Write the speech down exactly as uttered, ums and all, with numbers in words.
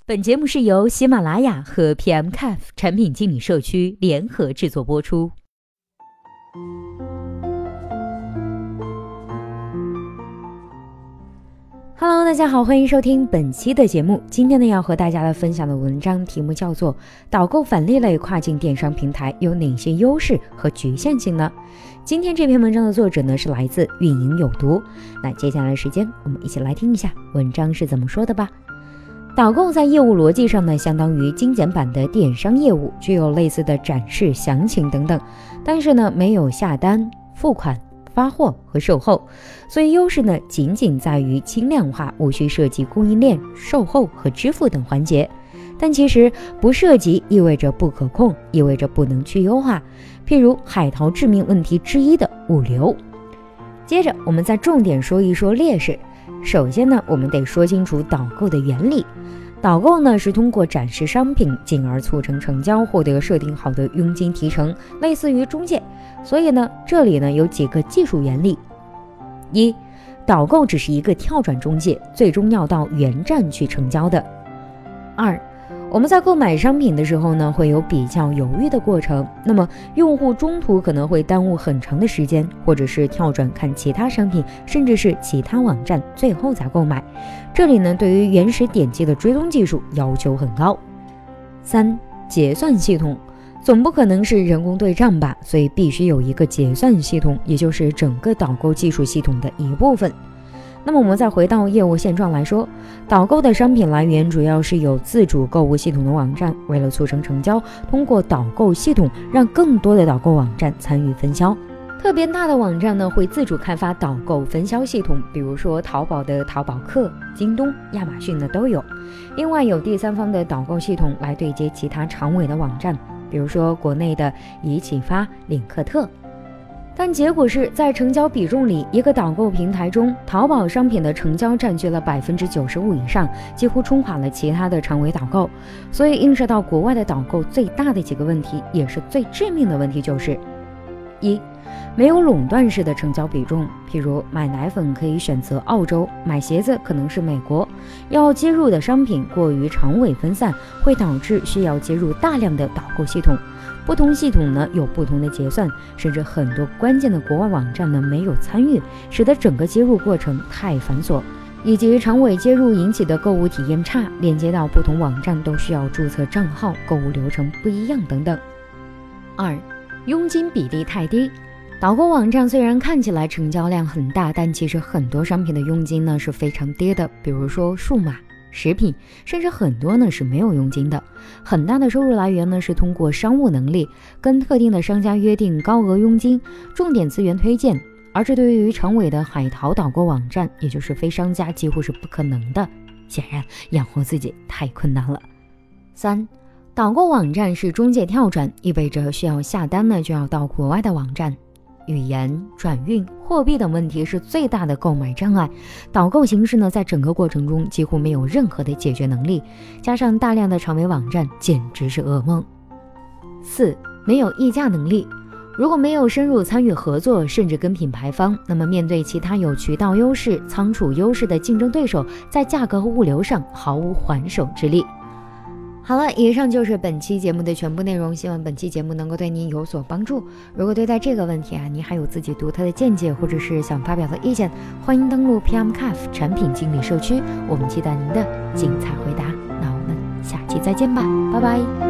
本节目是由喜马拉雅和 P M C A F 产品经理社区联合制作播出。Hello， 大家好，欢迎收听本期的节目。今天呢，要和大家来分享的文章题目叫做导购返利类跨境电商平台有哪些优势和局限性呢？今天这篇文章的作者呢是来自运营有毒。那接下来的时间，我们一起来听一下文章是怎么说的吧。导购在业务逻辑上呢，相当于精简版的电商业务，具有类似的展示、详情等等，但是呢，没有下单、付款、发货和售后，所以优势呢仅仅在于轻量化，无需涉及供应链、售后和支付等环节。但其实不涉及意味着不可控，意味着不能去优化，譬如海淘致命问题之一的物流。接着我们再重点说一说劣势。首先呢，我们得说清楚导购的原理。导购呢是通过展示商品，进而促成成交，获得设定好的佣金提成，类似于中介。所以呢，这里呢有几个技术原理。一，导购只是一个跳转中介，最终要到原站去成交的。二，我们在购买商品的时候呢，会有比较犹豫的过程，那么用户中途可能会耽误很长的时间，或者是跳转看其他商品，甚至是其他网站，最后再购买。这里呢，对于原始点击的追踪技术要求很高。三，结算系统，总不可能是人工对账吧，所以必须有一个结算系统，也就是整个导购技术系统的一部分。那么我们再回到业务现状来说，导购的商品来源主要是有自主购物系统的网站，为了促成成交，通过导购系统让更多的导购网站参与分销。特别大的网站呢，会自主开发导购分销系统，比如说淘宝的淘宝客、京东、亚马逊的都有。另外有第三方的导购系统来对接其他长尾的网站，比如说国内的宜启发、领克特。但结果是在成交比重里，一个导购平台中，淘宝商品的成交占据了 百分之九十五 以上，几乎冲垮了其他的长尾导购。所以映射到国外的导购最大的几个问题，也是最致命的问题，就是一，没有垄断式的成交比重，譬如买奶粉可以选择澳洲，买鞋子可能是美国。要接入的商品过于长尾分散，会导致需要接入大量的导购系统。不同系统呢有不同的结算，甚至很多关键的国外网站呢没有参与，使得整个接入过程太繁琐，以及长尾接入引起的购物体验差，连接到不同网站都需要注册账号，购物流程不一样等等。二，佣金比例太低。导购网站虽然看起来成交量很大，但其实很多商品的佣金呢是非常低的，比如说数码、食品，甚至很多呢是没有佣金的。很大的收入来源呢是通过商务能力，跟特定的商家约定高额佣金，重点资源推荐，而这对于长尾的海淘导购网站，也就是非商家，几乎是不可能的。显然养活自己太困难了。三，导购网站是中介跳转，意味着需要下单呢就要到国外的网站。语言、转运、货币等问题是最大的购买障碍。导购形式呢，在整个过程中几乎没有任何的解决能力，加上大量的长尾网站，简直是噩梦。四，没有议价能力。如果没有深入参与合作，甚至跟品牌方，那么面对其他有渠道优势、仓储优势的竞争对手，在价格和物流上毫无还手之力。好了，以上就是本期节目的全部内容，希望本期节目能够对您有所帮助。如果对待这个问题啊，您还有自己独特的见解，或者是想发表的意见，欢迎登录 P M C A F 产品经理社区，我们期待您的精彩回答。那我们下期再见吧，拜拜。